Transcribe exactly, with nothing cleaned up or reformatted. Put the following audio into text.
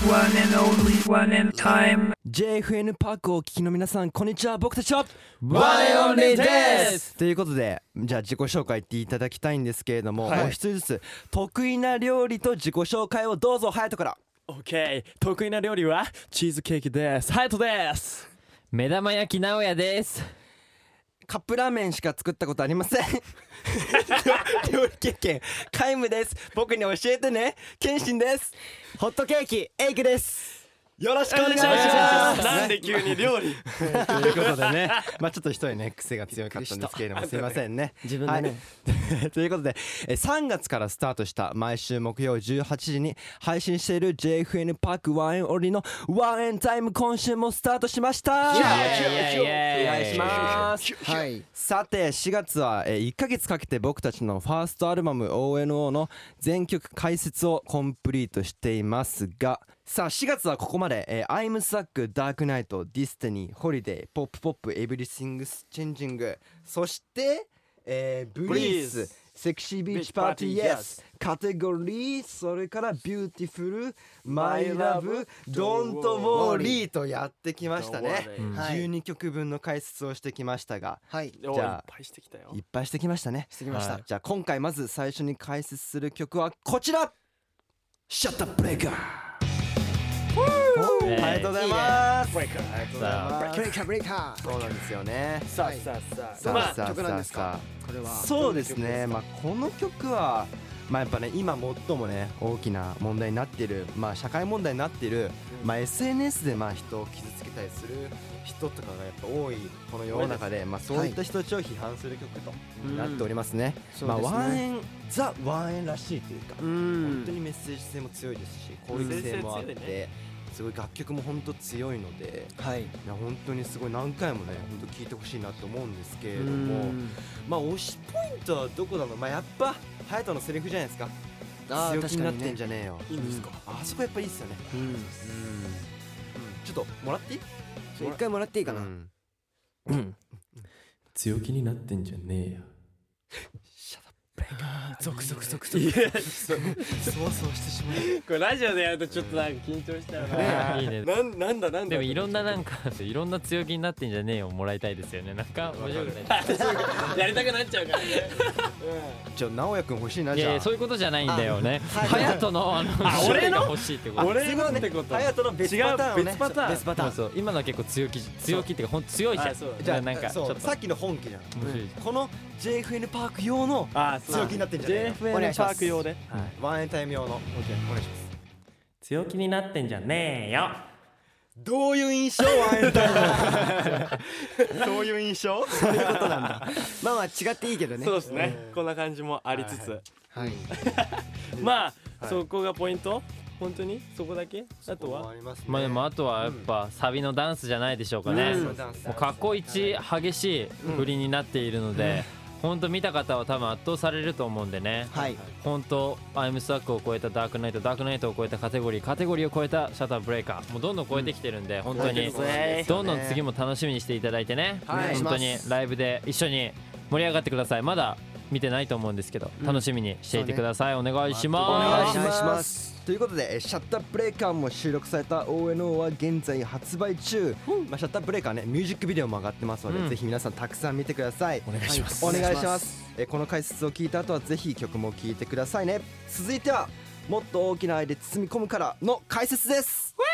One and only one in time。 ジェイエフエヌ パークをお聞きの皆さん、こんにちは。僕たちは One and Only ですということで、じゃあ自己紹介っていただきたいんですけれども、 はいお一人ずつ得意な料理と自己紹介をどうぞ。隼人から。 OK、 得意な料理はチーズケーキです。ハヤトです。 目玉焼き直哉です。 カップラーメンしか作ったことありません料理経験皆無です。僕に教えてね。謙信です。 ホットケーキエイクです。 よろしくお願いします。 なんで急に料理ということでね、まあちょっと一人ね癖が強かったんですけれども、すいませんね。 自分でね、 はい、ということでえさんがつからスタートした毎週木曜じゅうはちじに配信している ジェイエフエヌ パークワンエンオリのワンエンタイム、今週もスタートしました。 イエイイエイイエイお願いします。 はい。 さてしがつはえいっかげつかけて僕たちのファーストアルバム オーエヌオー の全曲解説をコンプリートしていますが、さあしがつはここまで、えー、I'm Stuck、ダークナイト、ディスティニー、ホリデー、ポップポップ、エブリシングスチェンジング、そして、えー、ブリーズ、セクシービーチパーティー、イエス、カテゴリー、それからビューティフル、マイラブ、ドントウォーリーとやってきましたね。 はいじゅうにきょくぶんの解説をしてきましたが、 はい。 じゃあいっぱいしてきたよ。 いっぱいしてきましたね。 してきました。 はい、じゃあ今回まず最初に解説する曲はこちら、シャッターブレイカー。 えーありがとうございます。 ブレイカー。 ありがとうございます。 ブレイカーブレイカー。 そうなんですよね。 さあさあさあ。 さまああさあさあ曲なんですかさこれは。 あ、そうですね。まあこの曲はまあやっぱね今最もね大きな問題になっている、まあ社会問題になっている、まあ エスエヌエス でまあ人を傷つけたりする人とかがやっぱ多いこの世の中で、まあそういった人たちを批判する曲となっておりますね。まあワンエンザワンエンらしいというか、本当にメッセージ性も強いですし、攻撃性もあって。すごい楽曲も本当強いので、 はい。 いや本当にすごい何回もね本当聴いてほしいなと思うんですけれども、まあ推しポイントはどこだろう。まあやっぱ隼人のセリフじゃないですか。 あー強気になってんじゃねえよ。 いいんですか。 あそこやっぱいいっすよね。 うん。 うん、ちょっともらっていい？ それ一回もらっていいかな。 うん強気になってんじゃねえよ。 ゾクゾクゾクゾク。 いや、 そわそわしてしまう。 これラジオでやるとちょっとなんか緊張したよね。 いいね。 なんなんだなんだ。 でもいろんななんかいろんな強気になってんじゃねえよもらいたいですよね。なんか面白くないやりたくなっちゃうからね。 じゃあ直哉くん欲しいな。 いやいじゃあやそういうことじゃないんだよね。 はい隼人のあのあ俺の欲しいってこと。 俺のってこと。 隼人の別パターンをね。 違う別パターン。 別パターン。 そうそう今のは結構強気強気っていうかほんと強いじゃん。 あそうじゃあなんかちょっとそうさっきの本家じゃん。 面白いじこの ジェイエフエヌ パーク用のあそう強気になってんじゃねえよ。 ジェイエフエヌ パーク用で。 ワンエンタイム用の。オッケーお願いします。 強気になってんじゃねえよ。 どういう印象？ワンエンタイムどういう印象？ そういうことなんだ。まあまあ違っていいけどね。 そうですね。こんな感じもありつつ、 はい。 まあそこがポイント。本当にそこだけ？あとはまあでもあとはやっぱサビのダンスじゃないでしょうかね。 うんもう過去一激しい振りになっているので、本当見た方は多分圧倒されると思うんでね。 はい。 本当アイムスタックを超えたダークナイト、ダークナイトを超えたカテゴリー、カテゴリーを超えたシャッターブレイカー、もうどんどん超えてきてるんで、本当にどんどん次も楽しみにしていただいてね。 はい本当にライブで一緒に盛り上がってください。まだ見てないと思うんですけど、楽しみにしていてください。お願いしおます。 願いします。 ということで、シャッターブレイカーも収録された オーエヌオー は現在発売中、まあ、シャッターブレイカーねミュージックビデオも上がってますので、 うんぜひ皆さんたくさん見てください。 お願いします。 お願いしますえこの解説を聞いた後はぜひ曲も聴いてくださいね。続いてはもっと大きな愛で包み込むからの解説です。